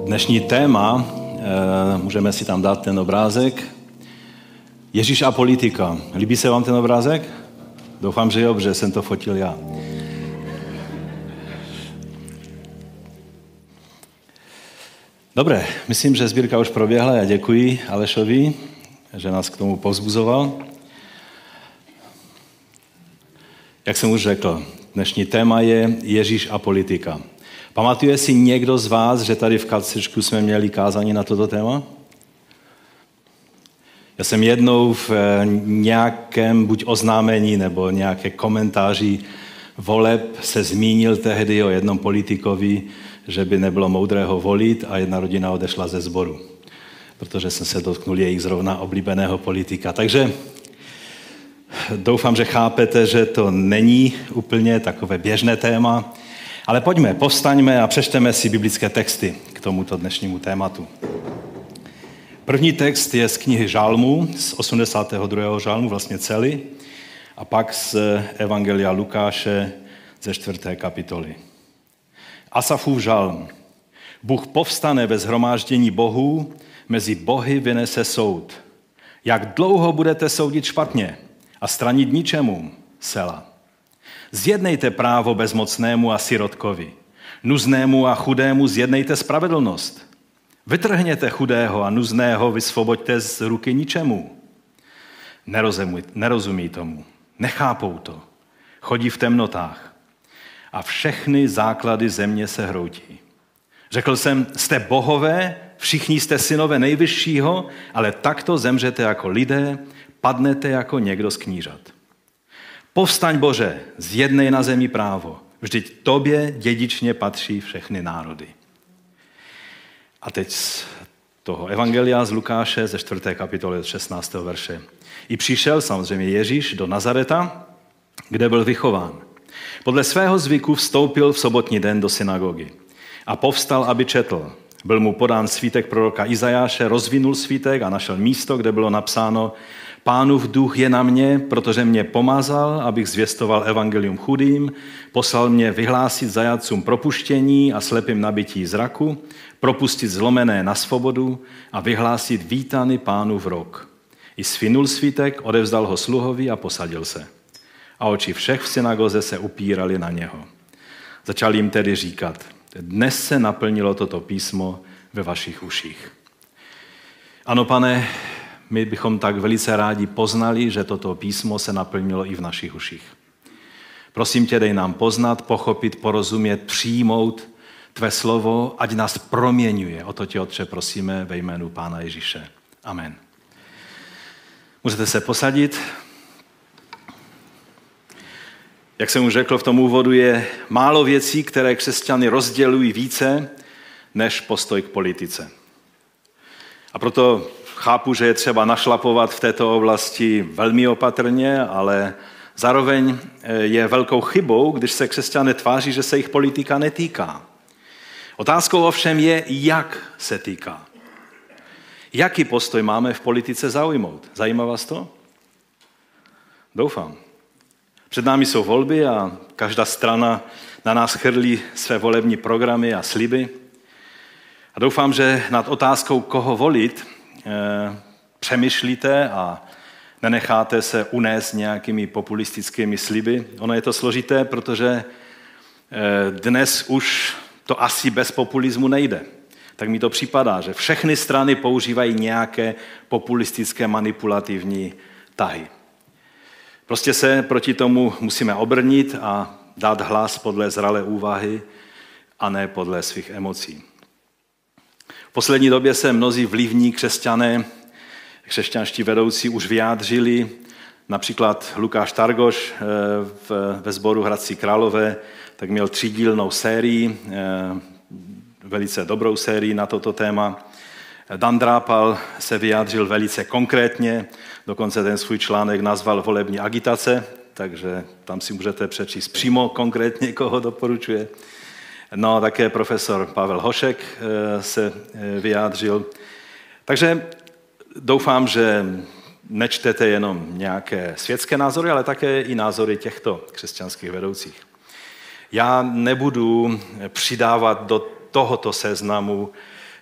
Dnešní téma, můžeme si tam dát ten obrázek, Ježíš a politika. Líbí se vám ten obrázek? Doufám, že jo, protože jsem to fotil já. Dobré, myslím, že sbírka už proběhla. Já děkuji Alešovi, že nás k tomu povzbuzoval. Jak jsem už řekl, dnešní téma je Ježíš a politika. Pamatuje si někdo z vás, že tady v Kacířsku jsme měli kázání na toto téma? Já jsem jednou v nějakém buď oznámení nebo nějaké komentáři voleb se zmínil tehdy o jednom politikovi, že by nebylo moudré ho volit a jedna rodina odešla ze sboru, protože jsem se dotknul jejich zrovna oblíbeného politika. Takže doufám, že chápete, že to není úplně takové běžné téma, ale pojďme, povstaňme a přečteme si biblické texty k tomuto dnešnímu tématu. První text je z knihy Žalmů, z 82. žalmu, vlastně celý, a pak z Evangelia Lukáše ze 4. kapitoly. Asafův žalm. Bůh povstane ve shromáždění bohů, mezi bohy vynese soud. Jak dlouho budete soudit špatně a stranit ničemu? Sela. Zjednejte právo bezmocnému a sirotkovi. Nuznému a chudému zjednejte spravedlnost. Vytrhněte chudého a nuzného, vysvoboďte z ruky ničemu. Nerozumí tomu, nechápou to, chodí v temnotách a všechny základy země se hroutí. Řekl jsem, jste bohové, všichni jste synové nejvyššího, ale takto zemřete jako lidé, padnete jako někdo z knížat. Povstaň, Bože, zjednej na zemi právo, vždyť tobě dědičně patří všechny národy. A teď z toho Evangelia z Lukáše ze 4. kapitoly 16. verše. I přišel samozřejmě Ježíš do Nazareta, kde byl vychován. Podle svého zvyku vstoupil v sobotní den do synagogy a povstal, aby četl. Byl mu podán svítek proroka Izajáše, rozvinul svítek a našel místo, kde bylo napsáno: Pánův duch je na mě, protože mě pomazal, abych zvěstoval evangelium chudým, poslal mě vyhlásit zajatcům propuštění a slepým nabytí zraku, propustit zlomené na svobodu a vyhlásit vítaný Pánův rok. I svinul svítek, odevzdal ho sluhovi a posadil se. A oči všech v synagoze se upírali na něho. Začal jim tedy říkat: dnes se naplnilo toto písmo ve vašich uších. Ano, Pane, my bychom tak velice rádi poznali, že toto písmo se naplnilo i v našich uších. Prosím tě, dej nám poznat, pochopit, porozumět, přijmout tvé slovo, ať nás proměňuje. O to tě, Otče, prosíme ve jménu Pána Ježíše. Amen. Můžete se posadit. Jak jsem už řekl v tom úvodu, je málo věcí, které křesťany rozdělují více než postoj k politice. A proto chápu, že je třeba našlapovat v této oblasti velmi opatrně, ale zároveň je velkou chybou, když se křesťané tváří, že se jich politika netýká. Otázkou ovšem je, jak se týká. Jaký postoj máme v politice zaujmout? Zajímá vás to? Doufám. Před námi jsou volby a každá strana na nás chrlí své volební programy a sliby. A doufám, že nad otázkou, koho volit, přemýšlíte a nenecháte se unést nějakými populistickými sliby. Ono je to složité, protože dnes už to asi bez populismu nejde. Tak mi to připadá, že všechny strany používají nějaké populistické manipulativní tahy. Prostě se proti tomu musíme obrnit a dát hlas podle zralé úvahy a ne podle svých emocí. V poslední době se mnozí vlivní křesťanští vedoucí už vyjádřili, například Lukáš Targoš ve sboru Hradci Králové, tak měl 3dílnou sérii, velice dobrou sérii na toto téma. Dan Drápal se vyjádřil velice konkrétně, dokonce ten svůj článek nazval volební agitace, takže tam si můžete přečíst přímo konkrétně, koho doporučuje. No, také profesor Pavel Hošek se vyjádřil. Takže doufám, že nečtete jenom nějaké světské názory, ale také i názory těchto křesťanských vedoucích. Já nebudu přidávat do tohoto seznamu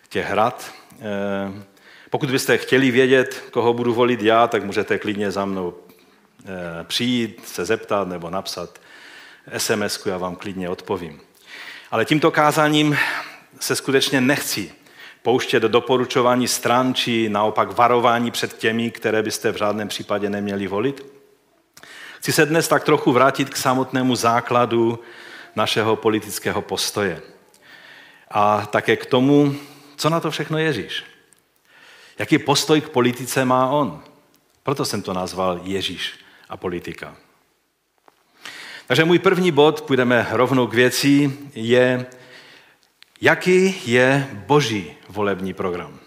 těch rad. Pokud byste chtěli vědět, koho budu volit já, tak můžete klidně za mnou přijít, se zeptat nebo napsat SMS-ku, já vám klidně odpovím. Ale tímto kázáním se skutečně nechci pouštět do doporučování stran, či naopak varování před těmi, které byste v žádném případě neměli volit. Chci se dnes tak trochu vrátit k samotnému základu našeho politického postoje. A také k tomu, co na to všechno Ježíš. Jaký postoj k politice má on? Proto jsem to nazval Ježíš a politika. Takže můj první bod, půjdeme rovnou k věci, je, jaký je Boží volební program.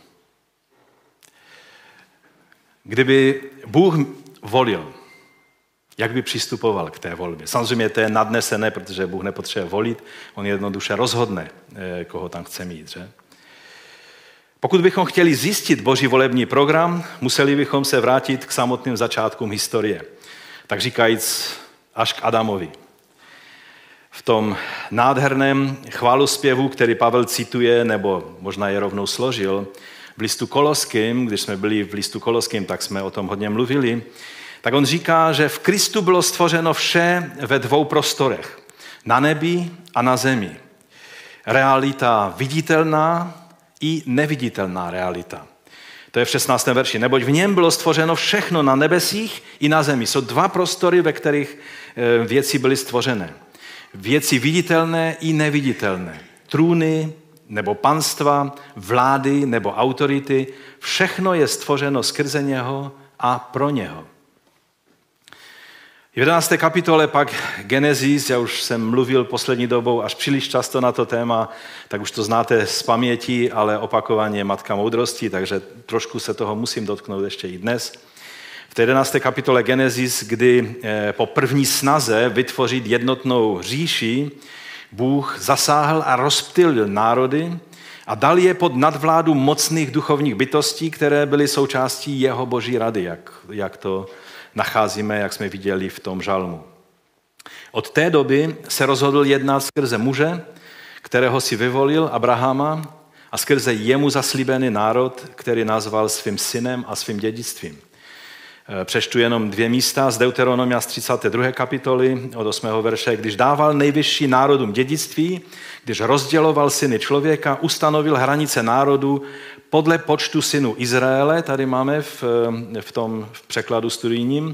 Kdyby Bůh volil, jak by přistupoval k té volbě? Samozřejmě to je nadnesené, protože Bůh nepotřebuje volit, on jednoduše rozhodne, koho tam chce mít. Že? Pokud bychom chtěli zjistit Boží volební program, museli bychom se vrátit k samotným začátkům historie. Tak říkajíc až k Adamovi. V tom nádherném chválospěvu, který Pavel cituje, nebo možná je rovnou složil, v listu Koloským, když jsme byli v listu Koloským, tak jsme o tom hodně mluvili, tak on říká, že v Kristu bylo stvořeno vše ve dvou prostorech. Na nebi a na zemi. Realita viditelná i neviditelná realita. To je v 16. verši. Neboť v něm bylo stvořeno všechno na nebesích i na zemi. Jsou dva prostory, ve kterých věci byly stvořené. Věci viditelné i neviditelné. Trůny nebo panstva, vlády nebo autority. Všechno je stvořeno skrze něho a pro něho. V 11. kapitole pak Genesis, já už jsem mluvil poslední dobou až příliš často na to téma, tak už to znáte z paměti, ale opakovaně je matka moudrosti, takže trošku se toho musím dotknout ještě i dnes. V té 11. kapitole Genesis, kdy po první snaze vytvořit jednotnou říši, Bůh zasáhl a rozptylil národy a dal je pod nadvládu mocných duchovních bytostí, které byly součástí jeho boží rady, jak to nacházíme, jak jsme viděli v tom žalmu. Od té doby se rozhodl jednat skrze muže, kterého si vyvolil, Abrahama, a skrze jemu zaslíbený národ, který nazval svým synem a svým dědictvím. Přečtu jenom 2 místa z Deuteronomia z 32. kapitoly od 8. verše. Když dával nejvyšší národům dědictví, když rozděloval syny člověka, ustanovil hranice národu podle počtu synů Izraele, tady máme v překladu studijním,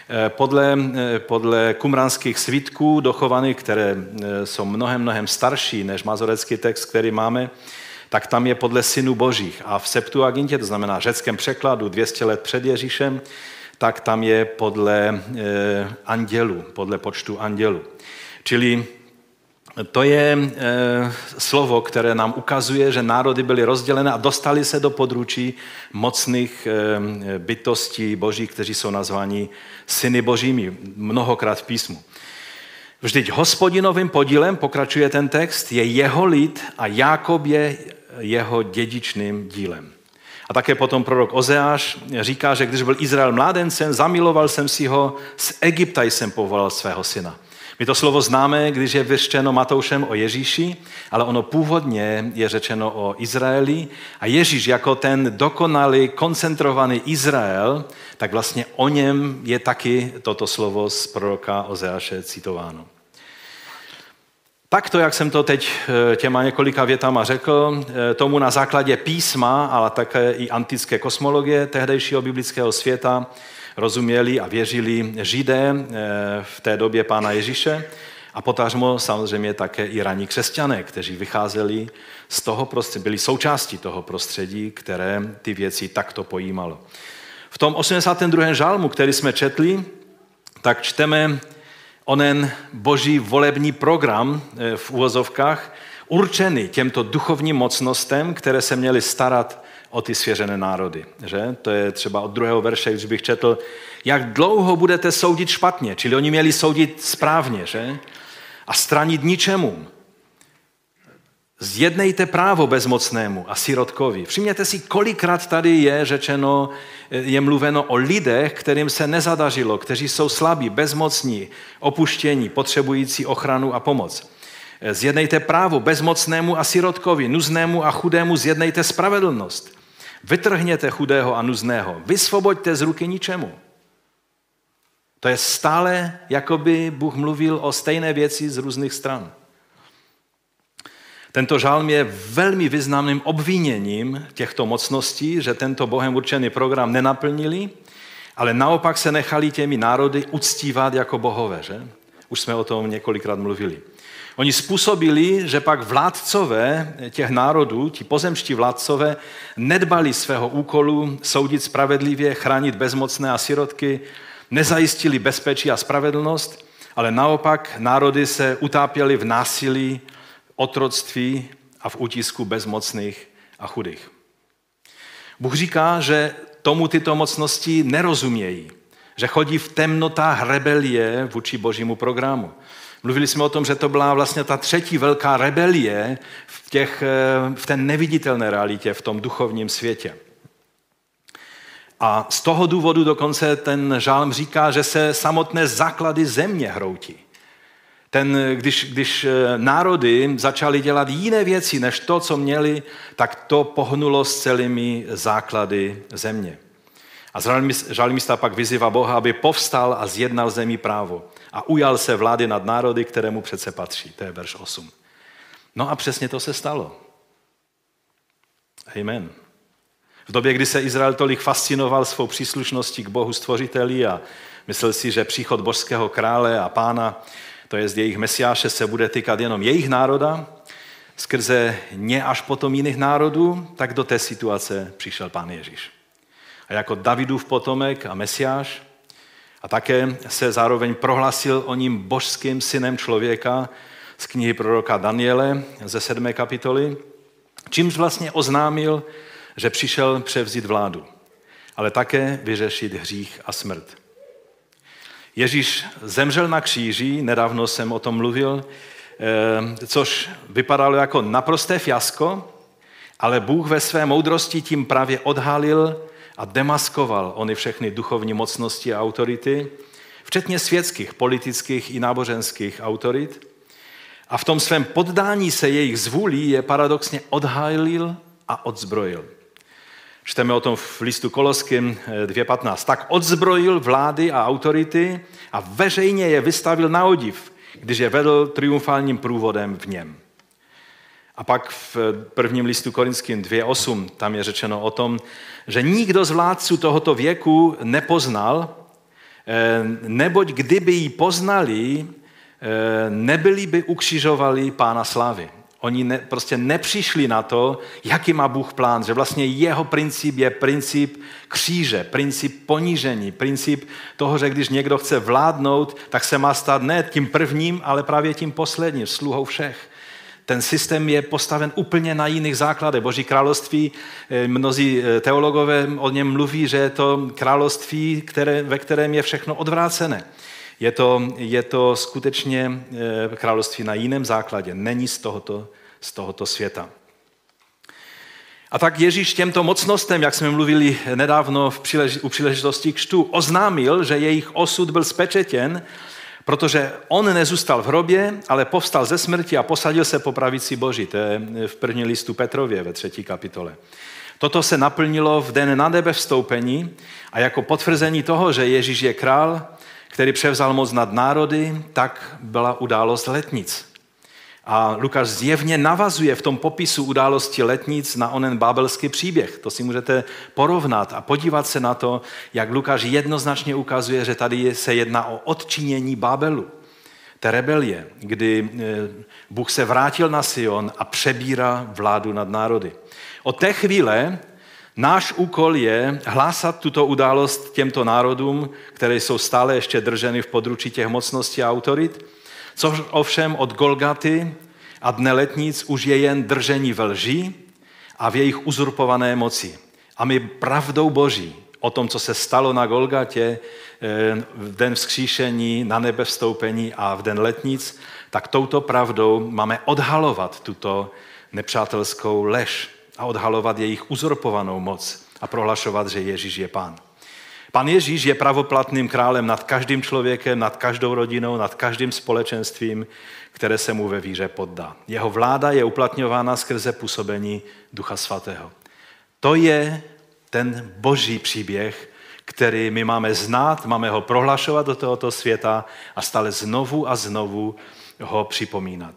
podle kumranských svitků dochovaných, které jsou mnohem starší než mazorecký text, který máme, tak tam je podle synů božích. A v Septuagintě, to znamená řeckém překladu 200 let před Ježíšem, tak tam je podle andělů, podle počtu andělů. Čili to je slovo, které nám ukazuje, že národy byly rozdělené a dostali se do područí mocných bytostí božích, kteří jsou nazváni syny božími, mnohokrát v písmu. Vždyť Hospodinovým podílem, pokračuje ten text, je jeho lid a Jákob je jeho dědičným dílem. A také potom prorok Ozeáš říká, že když byl Izrael mládencem, zamiloval jsem si ho, z Egypta jsem povolal svého syna. My to slovo známe, když je vyřčeno Matoušem o Ježíši, ale ono původně je řečeno o Izraeli a Ježíš jako ten dokonalý, koncentrovaný Izrael, tak vlastně o něm je taky toto slovo z proroka Ozeáše citováno. Takto, jak jsem to teď těma několika větama řekl, tomu na základě písma, ale také i antické kosmologie tehdejšího biblického světa rozuměli a věřili Židé v té době Pána Ježíše a potažmo samozřejmě také i raní křesťané, kteří vycházeli z toho prostředí, byli součástí toho prostředí, které ty věci takto pojímalo. V tom 82. žalmu, který jsme četli, tak čteme onen boží volební program v uvozovkách, určený těmto duchovním mocnostem, které se měly starat o ty svěřené národy. Že? To je třeba od 2. verše, když bych četl, jak dlouho budete soudit špatně, čili oni měli soudit správně, že? A stranit ničemu. Zjednejte právo bezmocnému a sirotkovi. Všimněte si, kolikrát tady je řečeno, je mluveno o lidech, kterým se nezadařilo, kteří jsou slabí, bezmocní, opuštění, potřebující ochranu a pomoc. Zjednejte právo bezmocnému a sirotkovi, nuznému a chudému zjednejte spravedlnost. Vytrhněte chudého a nuzného, vysvoboďte z ruky ničemu. To je stále, jako by Bůh mluvil o stejné věci z různých stran. Tento žalm je velmi významným obviněním těchto mocností, že tento Bohem určený program nenaplnili, ale naopak se nechali těmi národy uctívat jako bohové, že? Už jsme o tom několikrát mluvili. Oni způsobili, že pak vládcové těch národů, ti pozemští vládcové, nedbali svého úkolu soudit spravedlivě, chránit bezmocné a sirotky, nezajistili bezpečí a spravedlnost, ale naopak národy se utápěly v násilí, otroctví a v útisku bezmocných a chudých. Bůh říká, že tomu tyto mocnosti nerozumějí, že chodí v temnotách rebelie vůči božímu programu. Mluvili jsme o tom, že to byla vlastně ta třetí velká rebelie v té neviditelné realitě, v tom duchovním světě. A z toho důvodu dokonce ten žálm říká, že se samotné základy země hroutí. Když národy začaly dělat jiné věci než to, co měli, tak to pohnulo s celými základy země. A žalmista pak vyzývá Boha, aby povstal a zjednal zemi právo a ujal se vlády nad národy, kterému přece patří. To je verš 8. No a přesně to se stalo. Amen. V době, kdy se Izrael tolik fascinoval svou příslušností k Bohu stvořiteli a myslel si, že příchod božského krále a pána, to jest jejich mesiáše, se bude týkat jenom jejich národa, skrze ně až potom jiných národů, tak do té situace přišel Pán Ježíš. A jako Davidův potomek a mesiáš a také se zároveň prohlásil o ním božským synem člověka z knihy proroka Daniele ze 7. kapitoly, čímž vlastně oznámil, že přišel převzít vládu, ale také vyřešit hřích a smrt. Ježíš zemřel na kříži, nedávno jsem o tom mluvil, což vypadalo jako naprosté fiasko, ale Bůh ve své moudrosti tím právě odhalil a demaskoval ony všechny duchovní mocnosti a autority, včetně světských, politických i náboženských autorit. A v tom svém poddání se jejich zvůlí je paradoxně odhalil a odzbrojil. Čteme o tom v listu Koloským 2.15. Tak odzbrojil vlády a autority a veřejně je vystavil na odiv, když je vedl triumfálním průvodem v něm. A pak v prvním listu Korinským 2.8 tam je řečeno o tom, že nikdo z vládců tohoto věku nepoznal, neboť kdyby ji poznali, nebyli by ukřižovali Pána slávy. Oni prostě nepřišli na to, jaký má Bůh plán, že vlastně jeho princip je princip kříže, princip ponížení, princip toho, že když někdo chce vládnout, tak se má stát ne tím prvním, ale právě tím posledním, sluhou všech. Ten systém je postaven úplně na jiných základech. Boží království, mnozí teologové o něm mluví, že je to království, ve kterém je všechno odvrácené. Je to skutečně království na jiném základě, není z tohoto světa. A tak Ježíš těmto mocnostem, jak jsme mluvili nedávno u příležitosti křtu, oznámil, že jejich osud byl spečetěn, protože on nezůstal v hrobě, ale povstal ze smrti a posadil se po pravici Boží. To je v první listu Petrově ve 3. kapitole. Toto se naplnilo v den na nebe vstoupení a jako potvrzení toho, že Ježíš je král, který převzal moc nad národy, tak byla událost letnic. A Lukáš zjevně navazuje v tom popisu události letnic na onen bábelský příběh. To si můžete porovnat a podívat se na to, jak Lukáš jednoznačně ukazuje, že tady se jedná o odčinění Bábelu, té rebelie, kdy Bůh se vrátil na Sion a přebírá vládu nad národy. Od té chvíle náš úkol je hlásat tuto událost těmto národům, které jsou stále ještě drženy v područí těch mocností a autorit, což ovšem od Golgaty a dne letnic už je jen držení ve lži a v jejich uzurpované moci. A my pravdou Boží o tom, co se stalo na Golgatě v den vzkříšení, na nebe vstoupení a v den letnic, tak touto pravdou máme odhalovat tuto nepřátelskou lež a odhalovat jejich uzurpovanou moc a prohlašovat, že Ježíš je Pán. Pan Ježíš je pravoplatným králem nad každým člověkem, nad každou rodinou, nad každým společenstvím, které se mu ve víře poddá. Jeho vláda je uplatňována skrze působení Ducha Svatého. To je ten boží příběh, který my máme znát, máme ho prohlašovat do tohoto světa a stále znovu a znovu ho připomínat.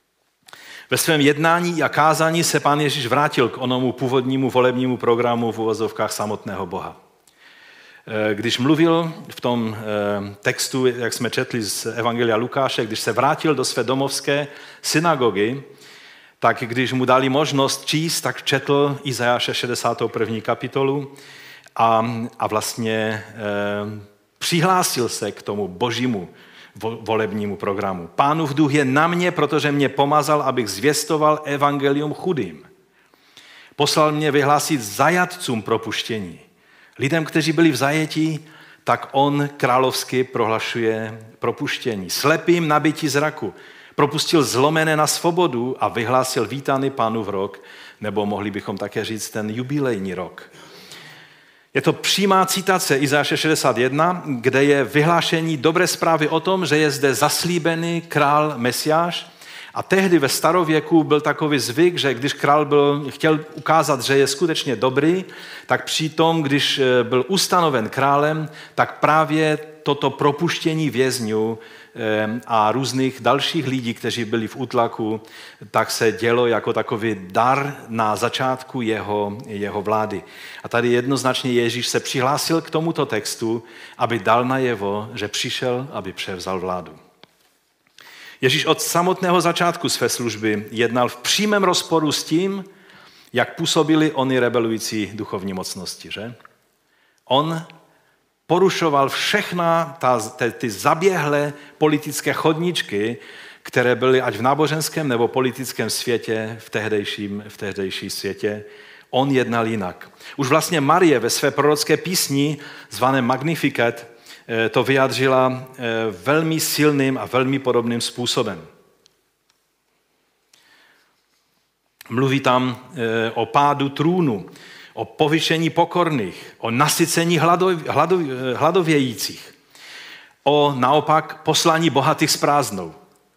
Ve svém jednání a kázání se Pán Ježíš vrátil k onomu původnímu volebnímu programu v uvozovkách samotného Boha. Když mluvil v tom textu, jak jsme četli z Evangelia Lukáše, když se vrátil do své domovské synagogy, tak když mu dali možnost číst, tak četl Izajáše 61. kapitolu a vlastně přihlásil se k tomu božímu volebnímu programu. Pánův duch je na mě, protože mě pomazal, abych zvěstoval evangelium chudým. Poslal mě vyhlásit zajatcům propuštění. Lidem, kteří byli v zajetí, tak on královsky prohlašuje propuštění. Slepým nabytí zraku. Propustil zlomené na svobodu a vyhlásil vítaný Pánův rok, nebo mohli bychom také říct ten jubilejní rok. Je to přímá citace Izajáše 61, kde je vyhlášení dobré zprávy o tom, že je zde zaslíbený král Mesiáš. A tehdy ve starověku byl takový zvyk, že když král chtěl ukázat, že je skutečně dobrý, tak přitom, když byl ustanoven králem, tak právě toto propuštění vězňů a různých dalších lidí, kteří byli v útlaku, tak se dělo jako takový dar na začátku jeho vlády. A tady jednoznačně Ježíš se přihlásil k tomuto textu, aby dal najevo, že přišel, aby převzal vládu. Ježíš od samotného začátku své služby jednal v přímém rozporu s tím, jak působili ony rebelující duchovní mocnosti. Že? On porušoval všechna ty zaběhlé politické chodníčky, které byly ať v náboženském nebo politickém světě, v tehdejším světě. On jednal jinak. Už vlastně Marie ve své prorocké písni zvané Magnificat to vyjádřila velmi silným a velmi podobným způsobem. Mluví tam o pádu trůnu, o povyšení pokorných, o nasycení hladovějících, o naopak poslání bohatých s prázdnou.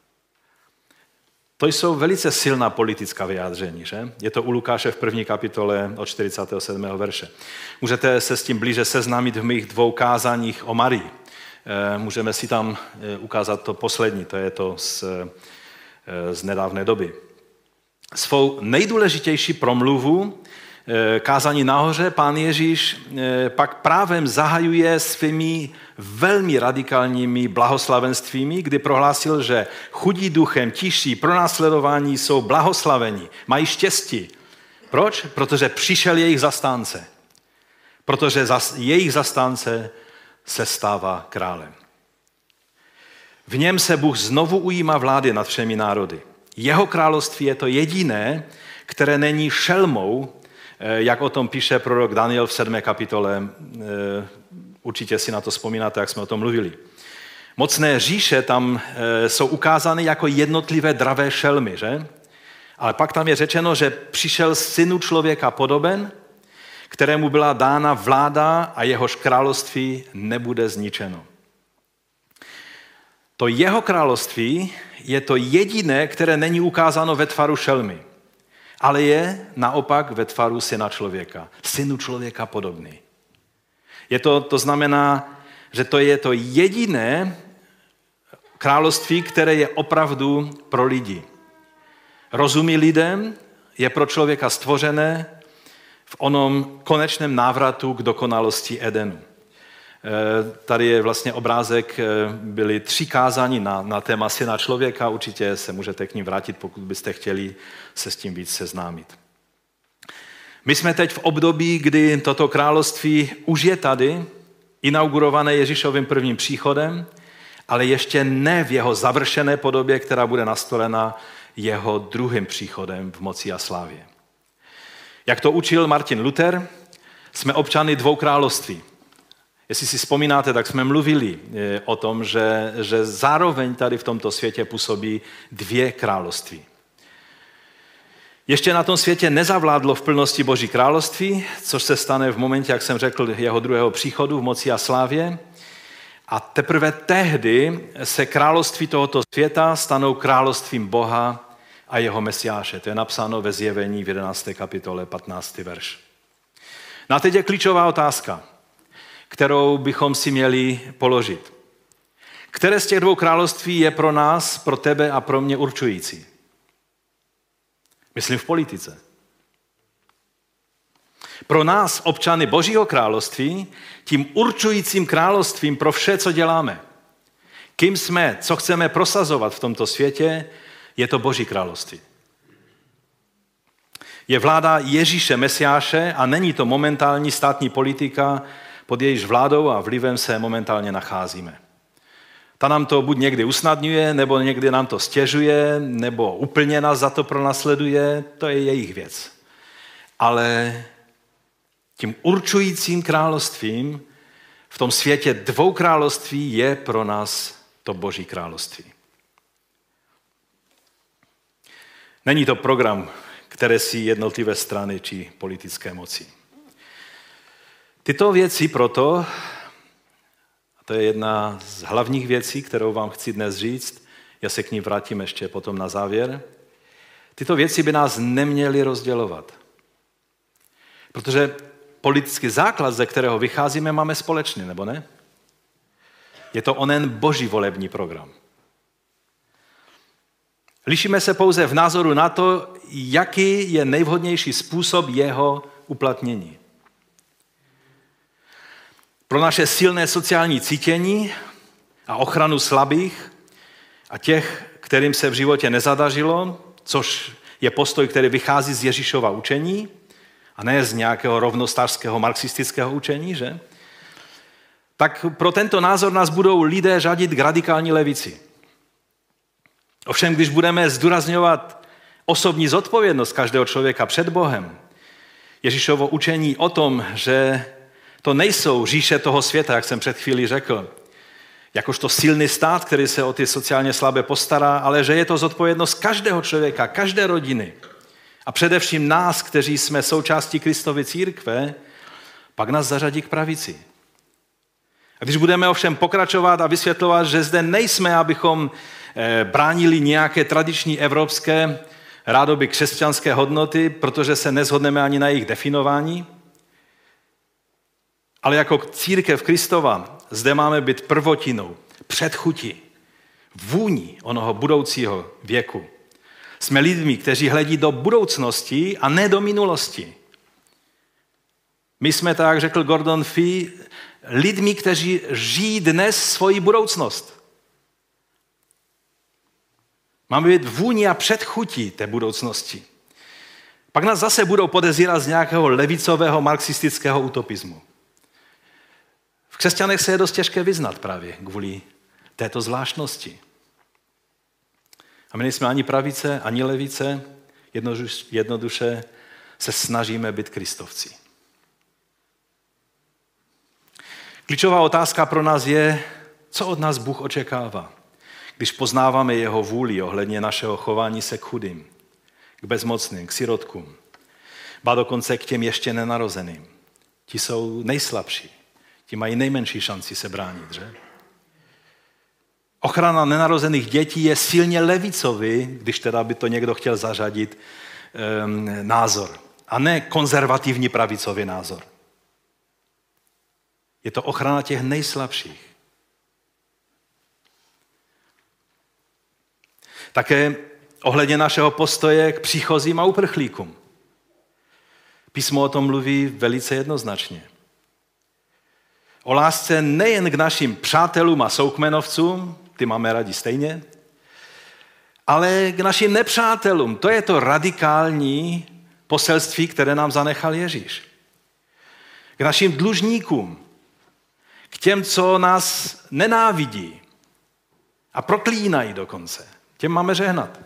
To jsou velice silná politická vyjádření, že? Je to u Lukáše v 1. kapitole od 47. verše. Můžete se s tím blíže seznámit v mých 2 kázáních o Marii. Můžeme si tam ukázat to poslední, to je to z nedávné doby. Svou nejdůležitější promluvu kázání nahoře Pán Ježíš pak právem zahajuje svými velmi radikálními blahoslavenstvími, kdy prohlásil, že chudí duchem, tiší, pronásledování jsou blahoslavení, mají štěstí. Proč? Protože přišel jejich zastánce. Protože jejich zastánce se stává králem. V něm se Bůh znovu ujímá vlády nad všemi národy. Jeho království je to jediné, které není šelmou, jak o tom píše prorok Daniel v 7. kapitole. Určitě si na to vzpomínáte, jak jsme o tom mluvili. Mocné říše tam jsou ukázány jako jednotlivé dravé šelmy, že? Ale pak tam je řečeno, že přišel synu člověka podoben, kterému byla dána vláda a jehož království nebude zničeno. To jeho království je to jediné, které není ukázáno ve tvaru šelmy, ale je naopak ve tvaru syna člověka. Synu člověka podobný. To znamená, že to je to jediné království, které je opravdu pro lidi. Rozumí lidem, je pro člověka stvořené v onom konečném návratu k dokonalosti Edenu. Tady je vlastně obrázek, byly 3 kázání na téma syna člověka, určitě se můžete k ním vrátit, pokud byste chtěli se s tím víc seznámit. My jsme teď v období, kdy toto království už je tady, inaugurované Ježíšovým prvním příchodem, ale ještě ne v jeho završené podobě, která bude nastolena jeho druhým příchodem v moci a slávě. Jak to učil Martin Luther, jsme občany 2 království. Jestli si vzpomínáte, tak jsme mluvili o tom, že zároveň tady v tomto světě působí 2 království. Ještě na tom světě nezavládlo v plnosti Boží království, což se stane v momentě, jak jsem řekl, jeho druhého příchodu v moci a slávě. A teprve tehdy se království tohoto světa stanou královstvím Boha a jeho Mesiáše. To je napsáno ve Zjevení v 11. kapitole 15. verš. No a teď je klíčová otázka, kterou bychom si měli položit. Které z těch dvou království je pro nás, pro tebe a pro mě určující? Myslím v politice. Pro nás, občany Božího království, tím určujícím královstvím pro vše, co děláme, kým jsme, co chceme prosazovat v tomto světě, je to Boží království. Je vláda Ježíše Mesiáše a není to momentální státní politika, pod jejíž vládou a vlivem se momentálně nacházíme. Ta nám to buď někdy usnadňuje, nebo někdy nám to stěžuje, nebo úplně nás za to pronásleduje, to je jejich věc. Ale tím určujícím královstvím v tom světě dvou království je pro nás to Boží království. Není to program, které si jednotlivé strany či politické moci. Tyto věci proto, a to je jedna z hlavních věcí, kterou vám chci dnes říct, já se k ní vrátím ještě potom na závěr, tyto věci by nás neměly rozdělovat. Protože politický základ, ze kterého vycházíme, máme společný, nebo ne? Je to onen Boží volební program. Lišíme se pouze v názoru na to, jaký je nejvhodnější způsob jeho uplatnění. Pro naše silné sociální cítění a ochranu slabých a těch, kterým se v životě nezadařilo, což je postoj, který vychází z Ježíšova učení a ne z nějakého rovnostářského marxistického učení, že? Tak pro tento názor nás budou lidé řadit k radikální levici. Ovšem, když budeme zdůrazňovat osobní zodpovědnost každého člověka před Bohem, Ježíšovo učení o tom, že to nejsou říše toho světa, jak jsem před chvílí řekl, jakožto silný stát, který se o ty sociálně slabé postará, ale že je to zodpovědnost každého člověka, každé rodiny a především nás, kteří jsme součástí Kristovy církve, pak nás zařadí k pravici. A když budeme ovšem pokračovat a vysvětlovat, že zde nejsme, abychom bránili nějaké tradiční evropské, rádoby křesťanské hodnoty, protože se neshodneme ani na jejich definování, ale jako církev Kristova zde máme být prvotinou, předchutí, vůní onoho budoucího věku. Jsme lidmi, kteří hledí do budoucnosti a ne do minulosti. My jsme, tak jak řekl Gordon Fee, lidmi, kteří žijí dnes svoji budoucnost. Máme být vůní a předchutí té budoucnosti. Pak nás zase budou podezírat z nějakého levicového marxistického utopismu. V křesťanech se je dost těžké vyznat právě kvůli této zvláštnosti. A my nejsme ani pravice, ani levice, jednoduše se snažíme být kristovci. Klíčová otázka pro nás je, co od nás Bůh očekává, když poznáváme jeho vůli ohledně našeho chování se k chudým, k bezmocným, k sirotkům, ba dokonce k těm ještě nenarozeným. Ti jsou nejslabší, ti mají nejmenší šanci se bránit, že? Ochrana nenarozených dětí je silně levicový, když teda by to někdo chtěl zařadit, názor. A ne konzervativní pravicový názor. Je to ochrana těch nejslabších. Také ohledně našeho postoje k příchozím a uprchlíkům. Písmo o tom mluví velice jednoznačně. O lásce nejen k našim přátelům a soukmenovcům, ty máme rádi stejně, ale k našim nepřátelům. To je to radikální poselství, které nám zanechal Ježíš. K našim dlužníkům, k těm, co nás nenávidí a proklínají dokonce. Těm máme žehnat.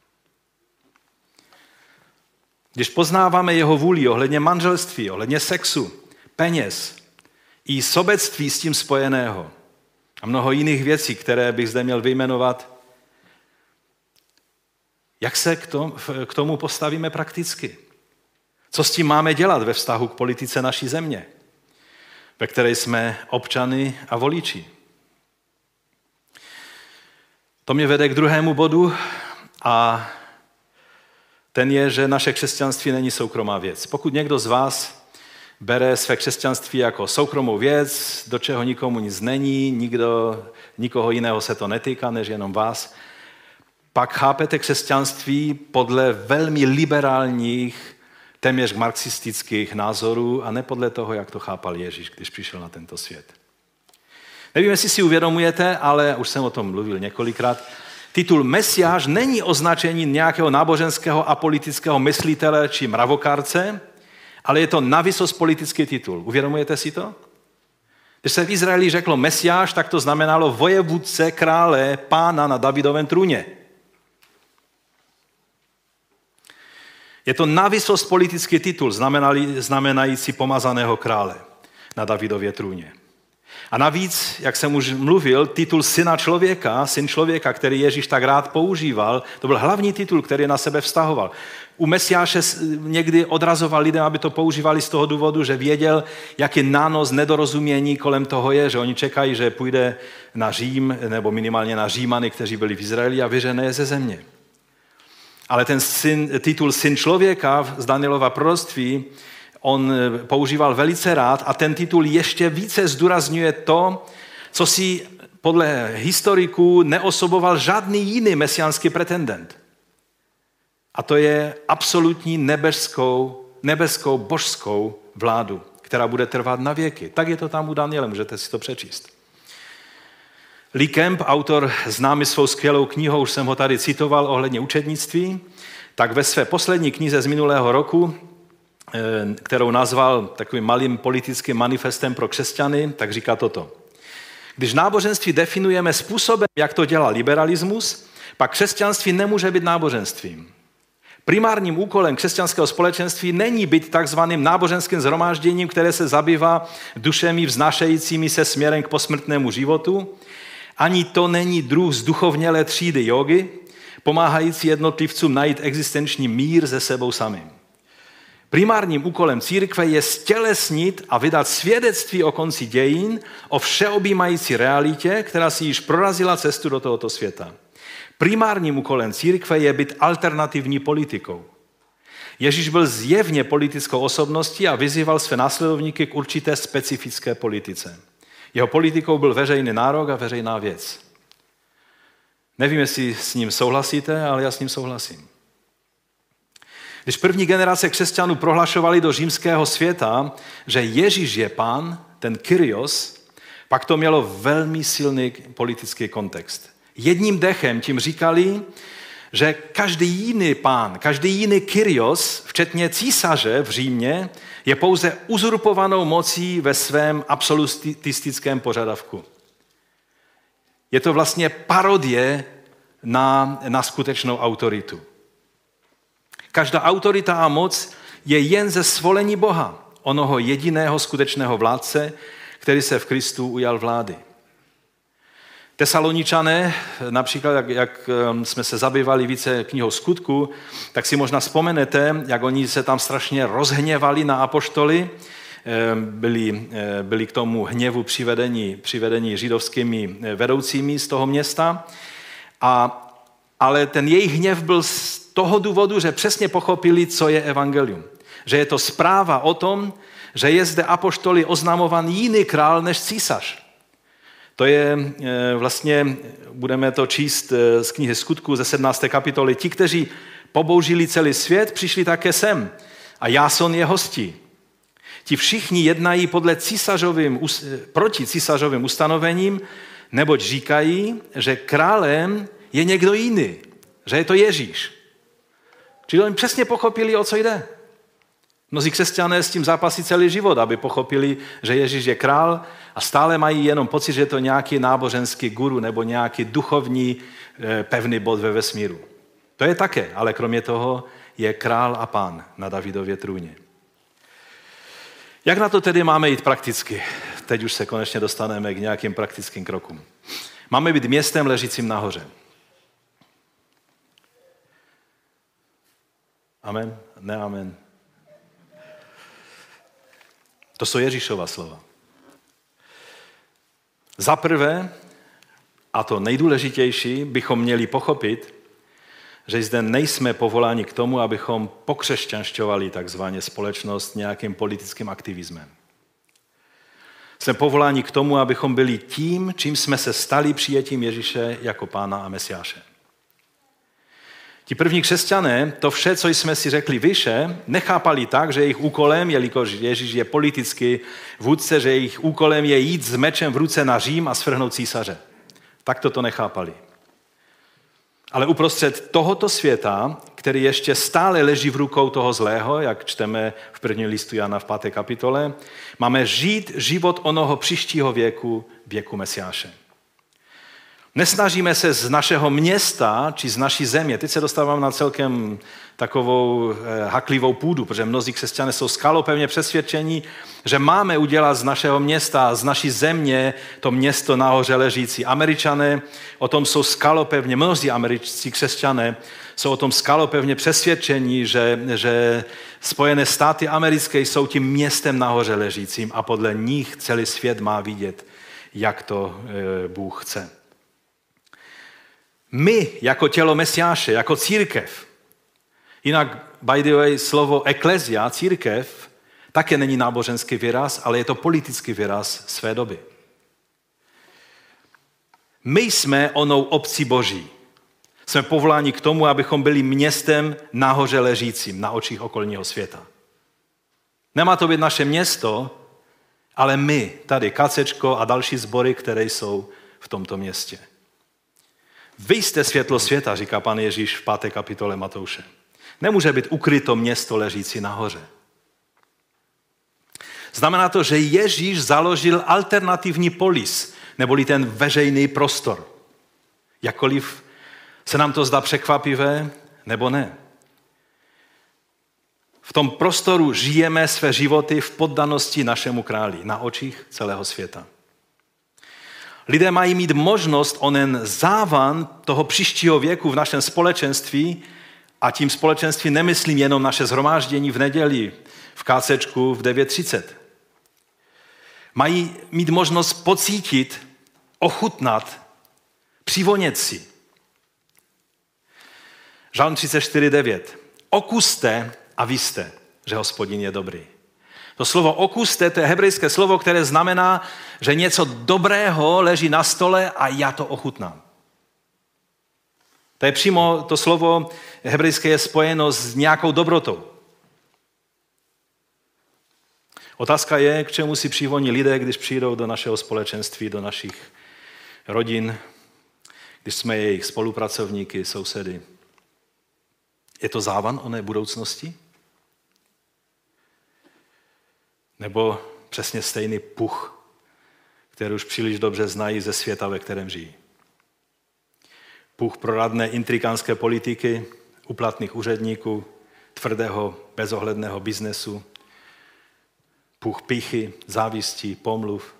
Když poznáváme jeho vůli ohledně manželství, ohledně sexu, peněz i sobectví s tím spojeného a mnoho jiných věcí, které bych zde měl vyjmenovat, Jak se k tomu postavíme prakticky? Co s tím máme dělat ve vztahu k politice naší země, ve které jsme občany a voliči? To mě vede k druhému bodu a ten je, že naše křesťanství není soukromá věc. Pokud někdo z vás bere své křesťanství jako soukromou věc, do čeho nikomu nic není, nikoho jiného se to netýká, než jenom vás, pak chápete křesťanství podle velmi liberálních, téměř marxistických názorů a ne podle toho, jak to chápal Ježíš, když přišel na tento svět. Nevím, jestli si uvědomujete, ale už jsem o tom mluvil několikrát, titul Mesiáš není označení nějakého náboženského a politického myslitele či mravokárce, ale je to navysost politický titul. Uvědomujete si to? Když se v Izraeli řeklo Mesiáš, tak to znamenalo vojevůdce, krále, pána na Davidovém trůně. Je to navysost politický titul, znamenající pomazaného krále na Davidově trůně. A navíc, jak jsem už mluvil, titul syn člověka, který Ježíš tak rád používal, to byl hlavní titul, který na sebe vztahoval. U Mesiáše někdy odrazoval lidem, aby to používali z toho důvodu, že věděl, jaký nános nedorozumění kolem toho je, že oni čekají, že půjde na Řím, nebo minimálně na Římany, kteří byli v Izraeli a vyžene je ze země. Ale ten titul syn člověka z Danielova proroctví on používal velice rád a ten titul ještě více zdůrazňuje to, co si podle historiků neosoboval žádný jiný mesiánský pretendent. A to je absolutní nebeskou božskou vládu, která bude trvat na věky. Tak je to tam u Daniele, můžete si to přečíst. Lee Camp, autor známý svou skvělou knihou, už jsem ho tady citoval ohledně učednictví, tak ve své poslední knize z minulého roku, kterou nazval takovým malým politickým manifestem pro křesťany, tak říká toto. Když náboženství definujeme způsobem, jak to dělá liberalismus, pak křesťanství nemůže být náboženstvím. Primárním úkolem křesťanského společenství není být takzvaným náboženským shromážděním, které se zabývá dušemi vznášejícími se směrem k posmrtnému životu, ani to není druh zduchovnělé třídy jógy, pomáhající jednotlivcům najít existenční mír se sebou samým. Primárním úkolem církve je stělesnit a vydat svědectví o konci dějin, o všeobjímající realitě, která si již prorazila cestu do tohoto světa. Primárním úkolem církve je být alternativní politikou. Ježíš byl zjevně politickou osobností a vyzýval své následovníky k určité specifické politice. Jeho politikou byl veřejný nárok a veřejná věc. Nevím, jestli s ním souhlasíte, ale já s ním souhlasím. Když první generace křesťanů prohlašovali do římského světa, že Ježíš je pán, ten Kyrios, pak to mělo velmi silný politický kontext. Jedním dechem tím říkali, že každý jiný pán, každý jiný Kyrios, včetně císaře v Římě, je pouze uzurpovanou mocí ve svém absolutistickém požadavku. Je to vlastně parodie na skutečnou autoritu. Každá autorita a moc je jen ze svolení Boha, onoho jediného skutečného vládce, který se v Kristu ujal vlády. Tesaloničané, například, jak jsme se zabývali více knihou Skutků, tak si možná vzpomenete, jak oni se tam strašně rozhněvali na apoštoly, byli k tomu hněvu přivedeni židovskými vedoucími z toho města, ale ten jejich hněv byl z toho důvodu, že přesně pochopili, co je evangelium. Že je to zpráva o tom, že je zde apoštoly oznamovan jiný král než císař. To je vlastně, budeme to číst z knihy Skutků ze 17. kapitoly. Ti, kteří pobouřili celý svět, přišli také sem. A Jáson je hostí. Ti všichni jednají proti císařovým ustanovením, neboť říkají, že králem je někdo jiný, že je to Ježíš. Čili oni přesně pochopili, o co jde. Mnozí křesťané s tím zápasí celý život, aby pochopili, že Ježíš je král a stále mají jenom pocit, že je to nějaký náboženský guru nebo nějaký duchovní pevný bod ve vesmíru. To je také, ale kromě toho je král a pán na Davidově trůně. Jak na to tedy máme jít prakticky? Teď už se konečně dostaneme k nějakým praktickým krokům. Máme být městem ležícím nahoře. Amen? Ne amen. To jsou Ježíšova slova. Za prvé, a to nejdůležitější, bychom měli pochopit, že zde nejsme povoláni k tomu, abychom pokřesťanšťovali takzvaně společnost nějakým politickým aktivismem. Jsme povoláni k tomu, abychom byli tím, čím jsme se stali přijetím Ježíše jako Pána a Mesiáše. Ti první křesťané to vše, co jsme si řekli vyše, nechápali tak, že jejich úkolem, jelikož Ježíš je politický vůdce, že jejich úkolem je jít s mečem v ruce na Řím a svrhnout císaře. Tak to nechápali. Ale uprostřed tohoto světa, který ještě stále leží v rukou toho zlého, jak čteme v prvním listu Jana v 5. kapitole, máme žít život onoho příštího věku Mesiáše. Nesnažíme se z našeho města či z naší země. Teď se dostávám na celkem takovou haklivou půdu, protože mnozí křesťané jsou skalopevně přesvědčení, že máme udělat z našeho města, z naší země to město nahoře ležící. Američané o tom jsou skalopevně, mnozí američtí křesťané jsou o tom skalopevně přesvědčení, že Spojené státy americké jsou tím městem nahoře ležícím a podle nich celý svět má vidět, jak to Bůh chce. My jako tělo Mesiáše, jako církev, jinak by the way slovo eklezia, církev, také není náboženský výraz, ale je to politický výraz své doby. My jsme onou obcí Boží. Jsme povoláni k tomu, abychom byli městem nahoře ležícím, na očích okolního světa. Nemá to být naše město, ale my, tady Kacečko a další sbory, které jsou v tomto městě. Vy jste světlo světa, říká pan Ježíš v 5. kapitole Matouše. Nemůže být ukryto město ležící nahoře. Znamená to, že Ježíš založil alternativní polis, neboli ten veřejný prostor. Jakkoliv se nám to zdá překvapivé, nebo ne. V tom prostoru žijeme své životy v poddanosti našemu králi, na očích celého světa. Lidé mají mít možnost onen závan toho příštího věku v našem společenství, a tím společenství nemyslím jenom naše shromáždění v neděli, v KCčku v 9:30. Mají mít možnost pocítit, ochutnat, přivonět si. Žalm 34:9. Okuste a víste, že Hospodin je dobrý. To slovo okuste, to je hebrejské slovo, které znamená, že něco dobrého leží na stole a já to ochutnám. To je přímo, to slovo hebrejské je spojeno s nějakou dobrotou. Otázka je, k čemu si přivoní lidé, když přijdou do našeho společenství, do našich rodin, když jsme jejich spolupracovníky, sousedy. Je to závan oné budoucnosti? Nebo přesně stejný puch, který už příliš dobře znají ze světa, ve kterém žijí? Puch proradné intrikánské politiky, úplatných úředníků, tvrdého, bezohledného biznesu, puch pýchy, závistí, pomluv.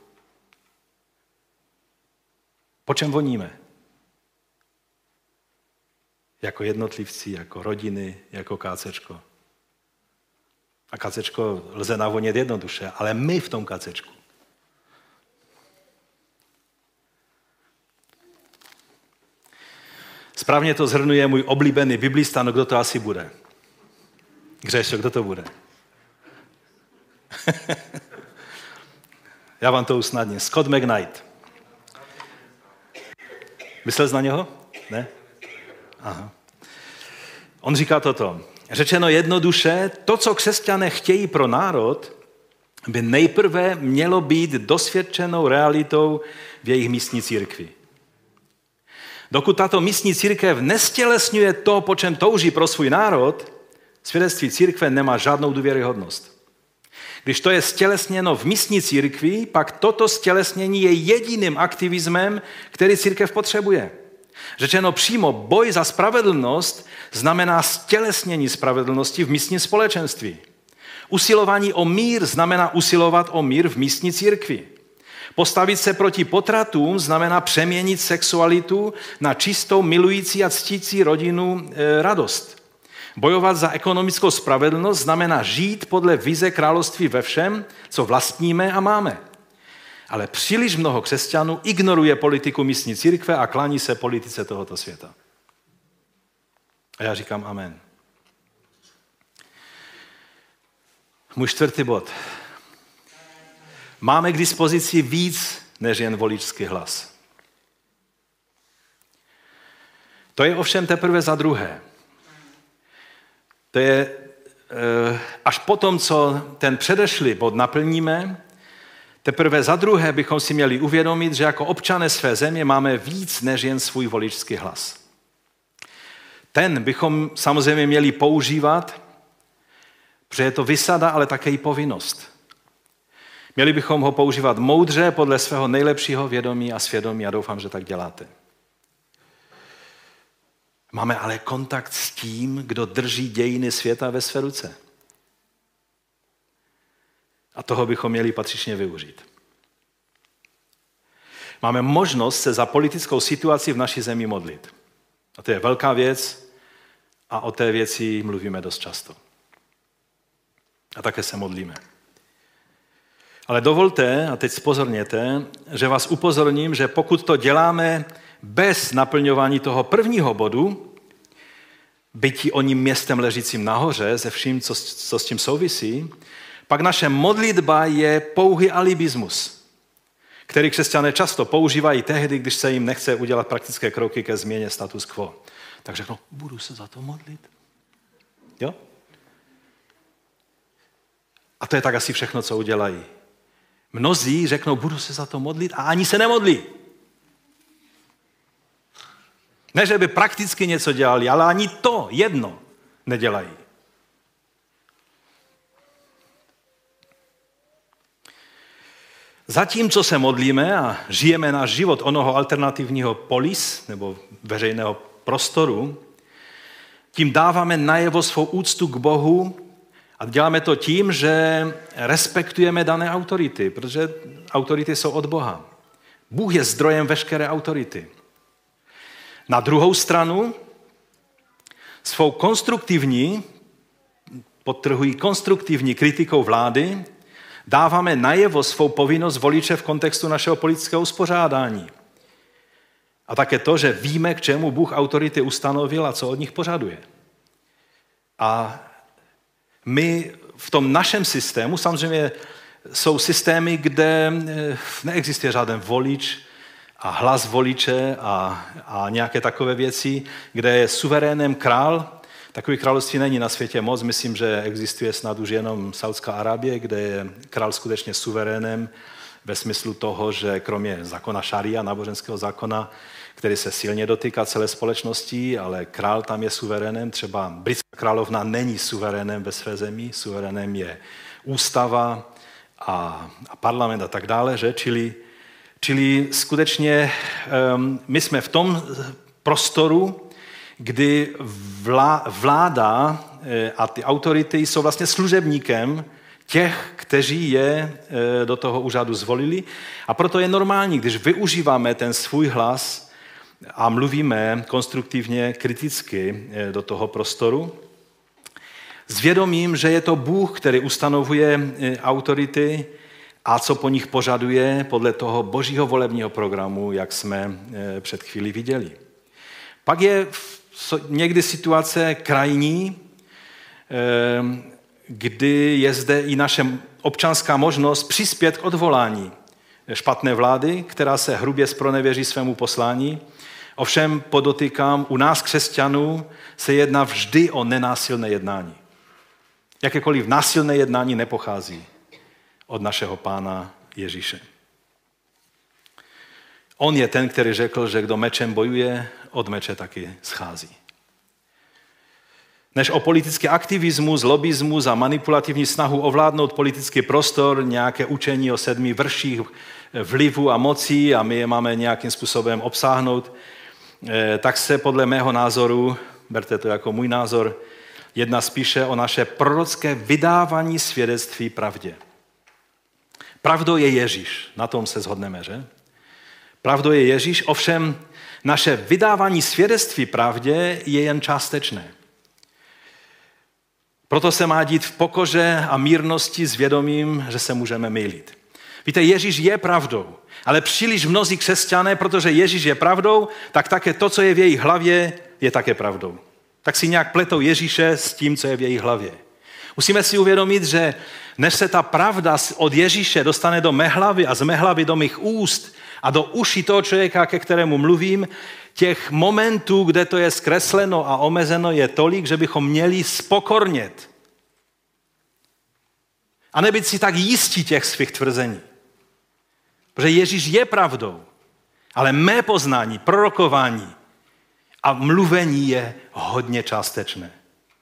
Po čem voníme? Jako jednotlivci, jako rodiny, jako kácečko. A kacečko lze navonět jednoduše, ale my v tom kacečku. Správně to shrnuje můj oblíbený biblista, no kdo to asi bude? Gřešo, kdo to bude? Já vám to usnadním. Scott McKnight. Myslel jsi na něho? Ne? Aha. On říká toto. Řečeno jednoduše, to, co křesťané chtějí pro národ, by nejprve mělo být dosvědčenou realitou v jejich místní církvi. Dokud tato místní církev nestělesňuje to, po čem touží pro svůj národ, svědectví církve nemá žádnou důvěryhodnost. Když to je stělesněno v místní církvi, pak toto stělesnění je jediným aktivismem, který církev potřebuje. Řečeno přímo, boj za spravedlnost znamená stělesnění spravedlnosti v místním společenství. Usilování o mír znamená usilovat o mír v místní církvi. Postavit se proti potratům znamená přeměnit sexualitu na čistou, milující a ctící rodinu radost. Bojovat za ekonomickou spravedlnost znamená žít podle vize království ve všem, co vlastníme a máme. Ale příliš mnoho křesťanů ignoruje politiku místní církve a klání se politice tohoto světa. A já říkám amen. Můj 4. bod. Máme k dispozici víc než jen voličský hlas. To je ovšem teprve za druhé. To je až potom, co ten předešlý bod naplníme, teprve za druhé bychom si měli uvědomit, že jako občané své země máme víc než jen svůj voličský hlas. Ten bychom samozřejmě měli používat, protože je to vysada, ale také i povinnost. Měli bychom ho používat moudře podle svého nejlepšího vědomí a svědomí a doufám, že tak děláte. Máme ale kontakt s tím, kdo drží dějiny světa ve své ruce. A toho bychom měli patřičně využít. Máme možnost se za politickou situaci v naší zemi modlit. A to je velká věc a o té věci mluvíme dost často. A také se modlíme. Ale dovolte, a teď zpozorněte, že vás upozorním, že pokud to děláme bez naplňování toho prvního bodu, bytí o ním městem ležícím nahoře, ze vším, co s tím souvisí, pak naše modlitba je pouhý alibismus, který křesťané často používají tehdy, když se jim nechce udělat praktické kroky ke změně status quo. Tak řeknou, budu se za to modlit. Jo? A to je tak asi všechno, co udělají. Mnozí řeknou, budu se za to modlit a ani se nemodlí. Ne, že by prakticky něco dělali, ale ani to jedno nedělají. Zatímco se modlíme a žijeme náš život onoho alternativního polis, nebo veřejného prostoru, tím dáváme najevo svou úctu k Bohu a děláme to tím, že respektujeme dané autority, protože autority jsou od Boha. Bůh je zdrojem veškeré autority. Na druhou stranu svou konstruktivní, podtrhuji konstruktivní kritikou vlády, dáváme najevo svou povinnost voliče v kontextu našeho politického uspořádání. A také to, že víme, k čemu Bůh autority ustanovil a co od nich požaduje. A my v tom našem systému, samozřejmě jsou systémy, kde neexistuje žádný volič a hlas voliče a nějaké takové věci, kde je suverénem král. Takový království není na světě moc, myslím, že existuje snad už jenom Saudská Arábie, kde je král skutečně suverénem ve smyslu toho, že kromě zákona šaria, náboženského zákona, který se silně dotýká celé společnosti, ale král tam je suverénem. Třeba britská královna není suverénem ve své zemi, suverénem je ústava a parlament a tak dále, že? Čili skutečně my jsme v tom prostoru, kdy vláda a ty autority jsou vlastně služebníkem těch, kteří je do toho úřadu zvolili. A proto je normální, když využíváme ten svůj hlas a mluvíme konstruktivně, kriticky do toho prostoru, s vědomím, že je to Bůh, který ustanovuje autority a co po nich požaduje podle toho božího volebního programu, jak jsme před chvílí viděli. Pak je někdy situace krajní, kdy je zde i naše občanská možnost přispět k odvolání špatné vlády, která se hrubě zpronevěří svému poslání. Ovšem podotýkám, u nás křesťanů se jedná vždy o nenásilné jednání. Jakékoliv násilné jednání nepochází od našeho Pána Ježíše. On je ten, který řekl, že kdo mečem bojuje, od meče taky schází. Než o politický aktivismus, lobismus a manipulativní snahu ovládnout politický prostor, nějaké učení o 7 vrších vlivu a moci a my je máme nějakým způsobem obsáhnout, tak se podle mého názoru, berte to jako můj názor, jedná spíše o naše prorocké vydávání svědectví pravdě. Pravdou je Ježíš, na tom se shodneme, že? Pravdou je Ježíš, ovšem naše vydávání svědectví pravdě je jen částečné. Proto se má dít v pokoře a mírnosti s vědomím, že se můžeme mýlit. Víte, Ježíš je pravdou, ale příliš mnozí křesťané, protože Ježíš je pravdou, tak také to, co je v jejich hlavě, je také pravdou. Tak si nějak pletou Ježíše s tím, co je v jejich hlavě. Musíme si uvědomit, že než se ta pravda od Ježíše dostane do mé hlavy a z mé hlavy do mých úst a do uší toho člověka, ke kterému mluvím, těch momentů, kde to je zkresleno a omezeno, je tolik, že bychom měli spokornět. A nebyt si tak jistí těch svých tvrzení. Protože Ježíš je pravdou, ale mé poznání, prorokování a mluvení je hodně částečné.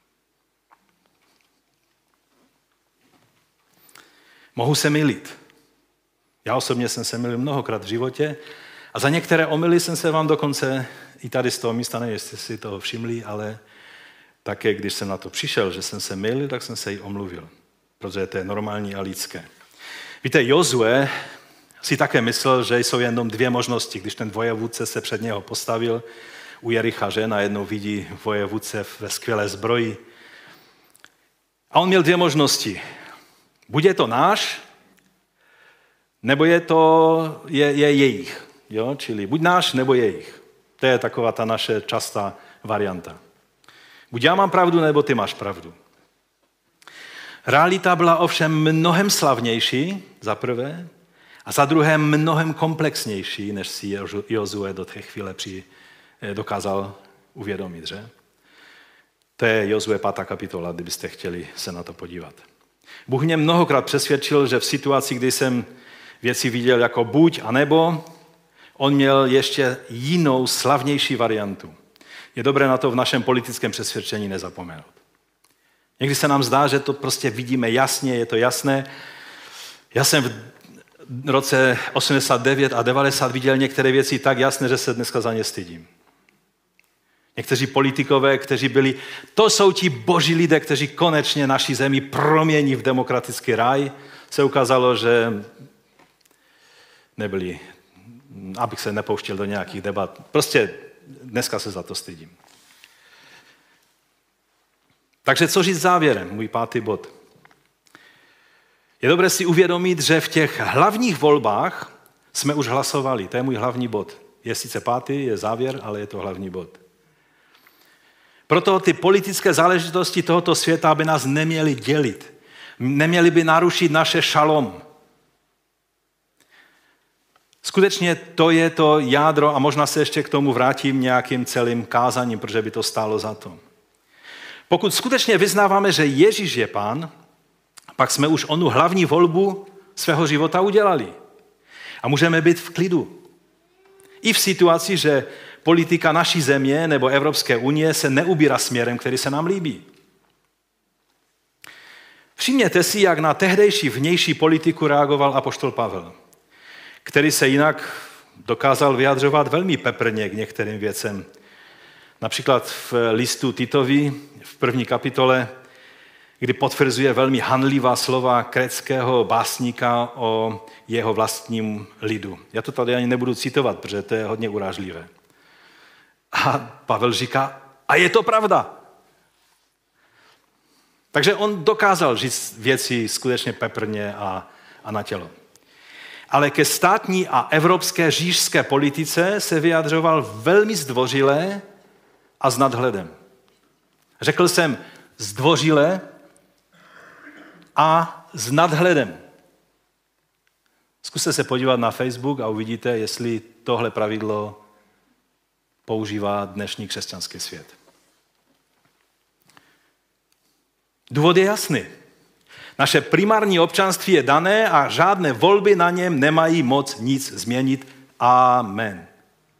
Mohu se mýlit. Já osobně jsem se mýlil mnohokrát v životě a za některé omyly jsem se vám dokonce i tady z toho místa, nevím, jestli si toho všimli, ale také, když jsem na to přišel, že jsem se mýlil, tak jsem se jí omluvil, protože to je normální a lidské. Víte, Jozue si také myslel, že jsou jenom dvě možnosti, když ten vojevůdce se před něho postavil u Jericha, že najednou vidí vojevůdce ve skvělé zbroji. A on měl dvě možnosti. Buď je to náš, nebo je jejich. Jo? Čili buď náš, nebo jejich. To je taková ta naše častá varianta. Buď já mám pravdu, nebo ty máš pravdu. Realita byla ovšem mnohem slavnější, za prvé, a za druhé mnohem komplexnější, než si Jozue do té chvíle dokázal uvědomit. Že? To je Jozue 5. kapitola, kdybyste chtěli se na to podívat. Bůh mě mnohokrát přesvědčil, že v situaci, kdy jsem věci viděl jako buď a nebo, on měl ještě jinou, slavnější variantu. Je dobré na to v našem politickém přesvědčení nezapomenout. Někdy se nám zdá, že to prostě vidíme jasně, je to jasné. Já jsem v roce 89 a 90 viděl některé věci tak jasné, že se dneska za ně stydím. Někteří politikové, kteří byli, to jsou ti boží lidé, kteří konečně naši zemi promění v demokratický ráj, se ukázalo, že nebyli, abych se nepouštěl do nějakých debat. Prostě dneska se za to stydím. Takže co říct závěrem, můj 5. bod. Je dobré si uvědomit, že v těch hlavních volbách jsme už hlasovali. To je můj hlavní bod. Je sice 5., je závěr, ale je to hlavní bod. Proto ty politické záležitosti tohoto světa by nás neměly dělit. Neměly by narušit naše šalom. Skutečně to je to jádro a možná se ještě k tomu vrátím nějakým celým kázaním, protože by to stálo za to. Pokud skutečně vyznáváme, že Ježíš je Pán, pak jsme už onu hlavní volbu svého života udělali. A můžeme být v klidu. I v situaci, že politika naší země nebo Evropské unie se neubírá směrem, který se nám líbí. Všimněte si, jak na tehdejší vnější politiku reagoval apoštol Pavel, který se jinak dokázal vyjadřovat velmi peprně k některým věcem. Například v listu Titovi v 1. kapitole, kdy potvrzuje velmi hanlivá slova krétského básníka o jeho vlastním lidu. Já to tady ani nebudu citovat, protože to je hodně urážlivé. A Pavel říká, a je to pravda. Takže on dokázal říct věci skutečně peprně a na tělo. Ale ke státní a evropské říšské politice se vyjadřoval velmi zdvořile a s nadhledem. Řekl jsem zdvořile a s nadhledem. Zkuste se podívat na Facebook a uvidíte, jestli tohle pravidlo používá dnešní křesťanský svět. Důvod je jasný. Naše primární občanství je dané a žádné volby na něm nemají moc nic změnit. Amen.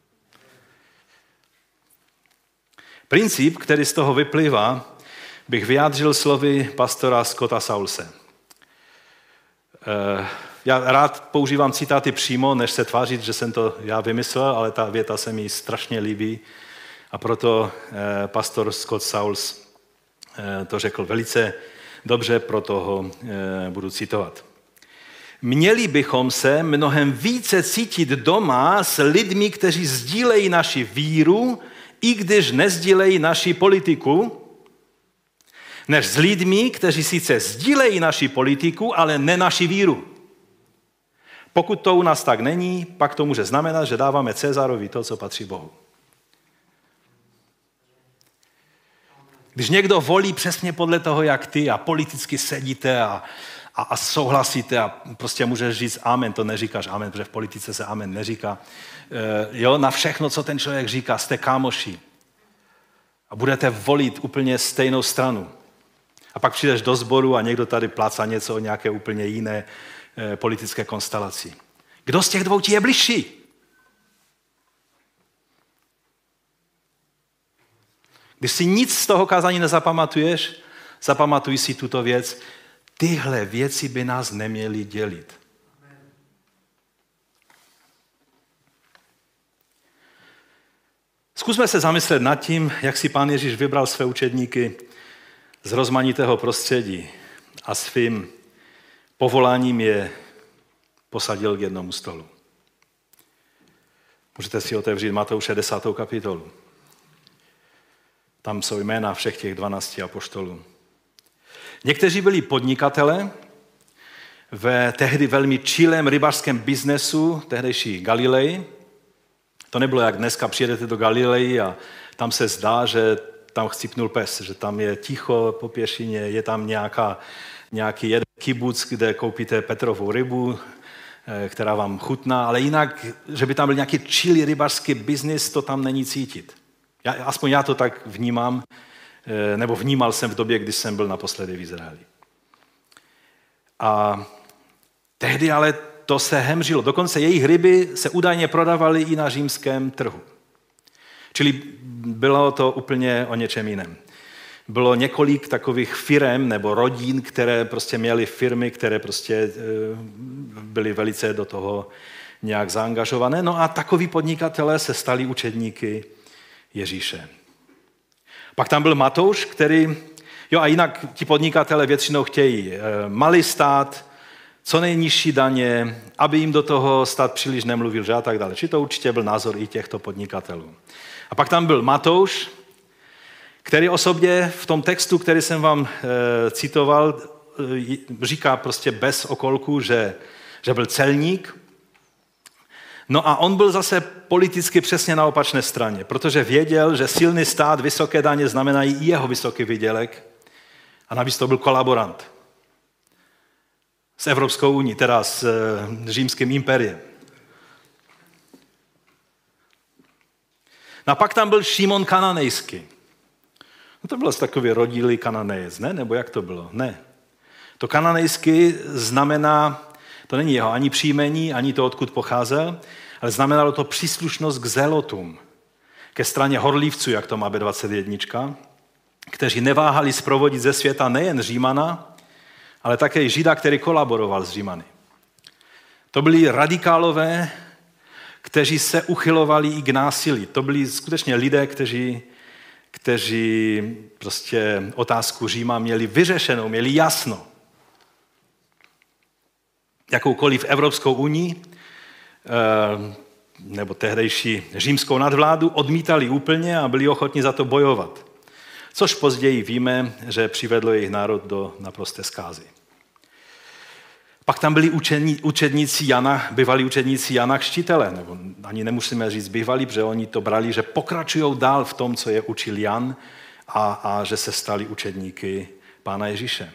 Princip, který z toho vyplývá, bych vyjádřil slovy pastora Scotta Saulse. Já rád používám citáty přímo, než se tvářit, že jsem to já vymyslel, ale ta věta se mi strašně líbí a proto pastor Scott Sauls to řekl velice dobře, proto ho budu citovat. Měli bychom se mnohem více cítit doma s lidmi, kteří sdílejí naši víru, i když nesdílejí naši politiku, než s lidmi, kteří sice sdílejí naši politiku, ale ne naši víru. Pokud to u nás tak není, pak to může znamenat, že dáváme Cezarovi to, co patří Bohu. Když někdo volí přesně podle toho, jak ty a politicky sedíte a souhlasíte a prostě můžeš říct amen, to neříkáš amen, protože v politice se amen neříká. Na všechno, co ten člověk říká, jste kámoši. A budete volit úplně stejnou stranu. A pak přijdeš do sboru a někdo tady plácá něco o nějaké úplně jiné politické konstelaci. Kdo z těch dvou ti je bližší? Když si nic z toho kázání nezapamatuješ, zapamatuj si tuto věc. Tyhle věci by nás neměly dělit. Zkusme se zamyslet nad tím, jak si Pán Ježíš vybral své učedníky z rozmanitého prostředí a svým povoláním je posadil k jednomu stolu. Můžete si otevřít Matouše 10. kapitolu. Tam jsou jména všech těch 12 apoštolů. Někteří byli podnikatele ve tehdy velmi čilém rybářském biznesu tehdejší Galileji. To nebylo jak dneska, přijedete do Galileji a tam se zdá, že tam chcípnul pes, že tam je ticho po pěšině, je tam nějaký jeden kibuc, kde koupíte Petrovou rybu, která vám chutná, ale jinak, že by tam byl nějaký čilý rybářský biznis, to tam není cítit. Aspoň já to tak vnímám, nebo vnímal jsem v době, kdy jsem byl naposledy v Izraeli. A tehdy ale to se hemřilo. Dokonce jejich ryby se údajně prodávaly i na římském trhu. Čili bylo to úplně o něčem jiném. Bylo několik takových firem nebo rodin, které prostě měly firmy, které prostě byly velice do toho nějak zaangažované. No a takoví podnikatelé se stali učedníky Ježíše. Pak tam byl Matouš, který, a jinak ti podnikatelé většinou chtějí malý stát, co nejnižší daně, aby jim do toho stát příliš nemluvil, že a tak dále. Či to určitě byl názor i těchto podnikatelů. A pak tam byl Matouš, který osobně v tom textu, který jsem vám citoval, říká prostě bez okolku, že byl celník. No a on byl zase politicky přesně na opačné straně, protože věděl, že silný stát, vysoké daně znamenají i jeho vysoký výdělek a navíc to byl kolaborant s Evropskou unií, teda s římským impériem. No a pak tam byl Šimon Kananejský. No to byl takový rodilý Kananejec, ne? Nebo jak to bylo? Ne. To Kananejský znamená, to není jeho ani příjmení, ani to, odkud pocházel, ale znamenalo to příslušnost k zélotům, ke straně horlivců, jak to má B21, kteří neváhali zprovodit ze světa nejen Římana, ale také i Žida, který kolaboroval s Římany. To byli radikálové, kteří se uchylovali i k násilí. To byli skutečně lidé, kteří prostě otázku Říma měli vyřešenou, měli jasno. Jakoukoliv Evropskou unii nebo tehdejší římskou nadvládu odmítali úplně a byli ochotni za to bojovat. Což později víme, že přivedlo jejich národ do naprosté zkázy. Pak tam byli učedníci Jana, bývalí učedníci Jana Křtitele, nebo ani nemusíme říct bývalí, protože oni to brali, že pokračují dál v tom, co je učil Jan a že se stali učedníky Pána Ježíše.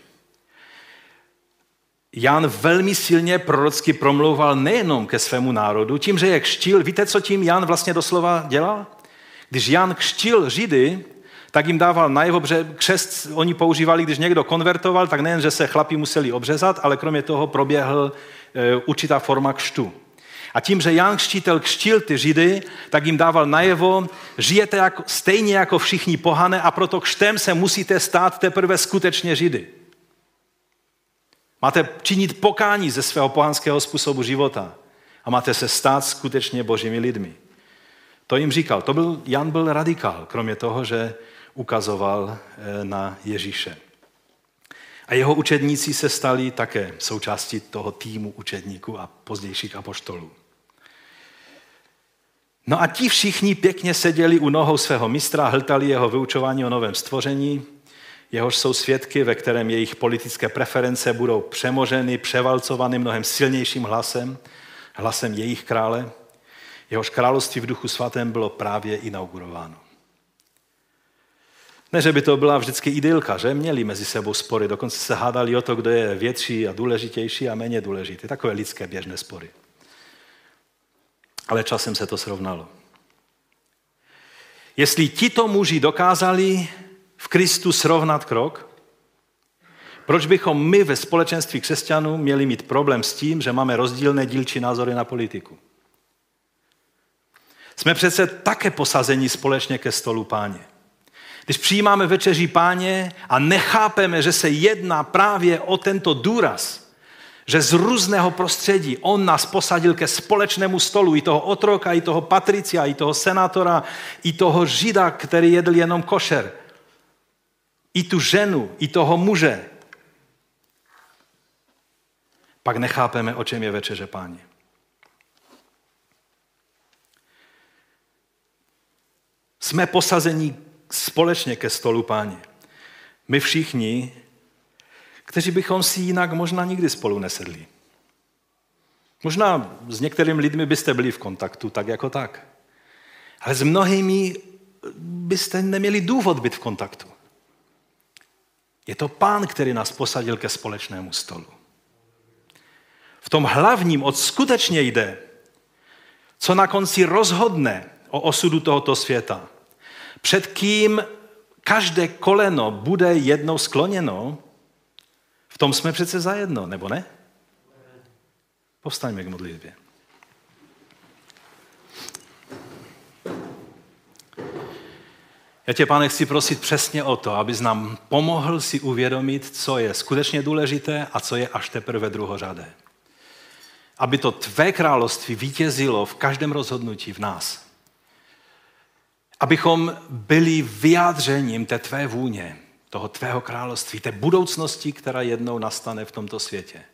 Jan velmi silně prorocky promlouval nejenom ke svému národu, tím, že je křtil. Víte, co tím Jan vlastně doslova dělal? Když Jan křtil Židy, tak jim dával najevo, protože křest oni používali, když někdo konvertoval, tak nejen, že se chlapi museli obřezat, ale kromě toho proběhl určitá forma křtu. A tím, že Jan Křtitel křtil ty Židy, tak jim dával najevo, žijete stejně jako všichni pohané a proto křtem se musíte stát teprve skutečně Židy. Máte činit pokání ze svého pohanského způsobu života a máte se stát skutečně božími lidmi. To jim říkal. Jan byl radikál, kromě toho, že ukazoval na Ježíše. A jeho učedníci se stali také součástí toho týmu učedníků a pozdějších apoštolů. No a ti všichni pěkně seděli u nohou svého mistra, hltali jeho vyučování o novém stvoření. jehož jsou svědky, ve kterém jejich politické preference budou přemoženy, převalcovány mnohem silnějším hlasem jejich krále, jehož království v Duchu Svatém bylo právě inaugurováno. Ne, že by to byla vždycky idylka, že? Měli mezi sebou spory, dokonce se hádali o to, kdo je větší a důležitější a méně důležitý. Takové lidské běžné spory. Ale časem se to srovnalo. Jestli tito muži dokázali v Kristu srovnat krok, proč bychom my ve společenství křesťanů měli mít problém s tím, že máme rozdílné dílčí názory na politiku? Jsme přece také posazeni společně ke stolu Páně. Když přijímáme večeří Páně a nechápeme, že se jedná právě o tento důraz, že z různého prostředí on nás posadil ke společnému stolu, i toho otroka, i toho patricia, i toho senátora, i toho žida, který jedl jenom košer, i tu ženu, i toho muže, pak nechápeme, o čem je večeře Páně. Jsme posazeni společně ke stolu Páně. My všichni, kteří bychom si jinak možná nikdy spolu nesedli. Možná s některými lidmi byste byli v kontaktu, tak jako tak. Ale s mnohými byste neměli důvod být v kontaktu. Je to Pán, který nás posadil ke společnému stolu. V tom hlavním skutečně jde, co na konci rozhodne o osudu tohoto světa. Před kým každé koleno bude jednou skloněno, v tom jsme přece zajedno, nebo ne? Povstaňme k modlitbě. Já tě, Pane, chci prosit přesně o to, abys nám pomohl si uvědomit, co je skutečně důležité a co je až teprve druhořadé. Aby to tvé království vítězilo v každém rozhodnutí v nás. Abychom byli vyjádřením té tvé vůně, toho tvého království, té budoucnosti, která jednou nastane v tomto světě.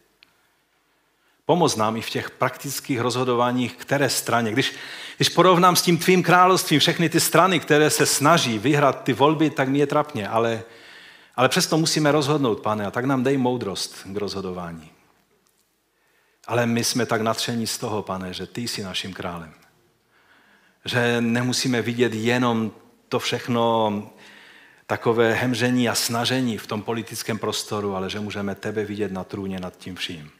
Pomoz nám i v těch praktických rozhodováních, které straně. Když porovnám s tím tvým královstvím všechny ty strany, které se snaží vyhrát ty volby, tak mi je trapně, ale přesto musíme rozhodnout, Pane, a tak nám dej moudrost k rozhodování. Ale my jsme tak nadšení z toho, Pane, že ty jsi naším králem. Že nemusíme vidět jenom to všechno takové hemžení a snažení v tom politickém prostoru, ale že můžeme tebe vidět na trůně nad tím vším.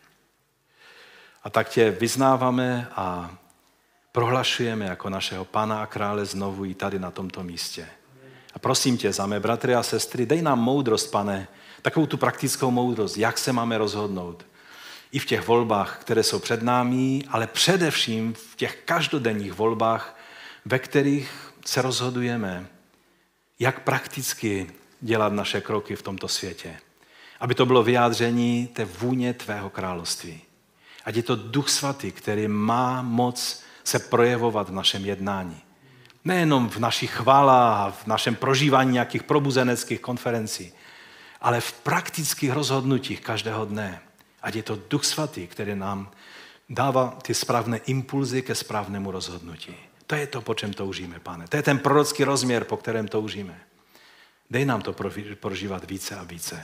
A tak tě vyznáváme a prohlašujeme jako našeho Pána a krále znovu i tady na tomto místě. A prosím tě za mé bratry a sestry, dej nám moudrost, Pane, takovou tu praktickou moudrost, jak se máme rozhodnout. I v těch volbách, které jsou před námi, ale především v těch každodenních volbách, ve kterých se rozhodujeme, jak prakticky dělat naše kroky v tomto světě. Aby to bylo vyjádření té vůně tvého království. Ať je to Duch Svatý, který má moc se projevovat v našem jednání. Nejenom v našich chválách a v našem prožívání nějakých probuzeneckých konferencí, ale v praktických rozhodnutích každého dne. Ať je to Duch Svatý, který nám dává ty správné impulzy ke správnému rozhodnutí. To je to, po čem toužíme, Pane. To je ten prorocký rozměr, po kterém toužíme. Dej nám to prožívat více a více.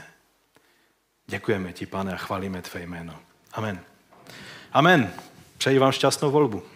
Děkujeme ti, Pane, a chválíme tvé jméno. Amen. Amen. Přeji vám šťastnou volbu.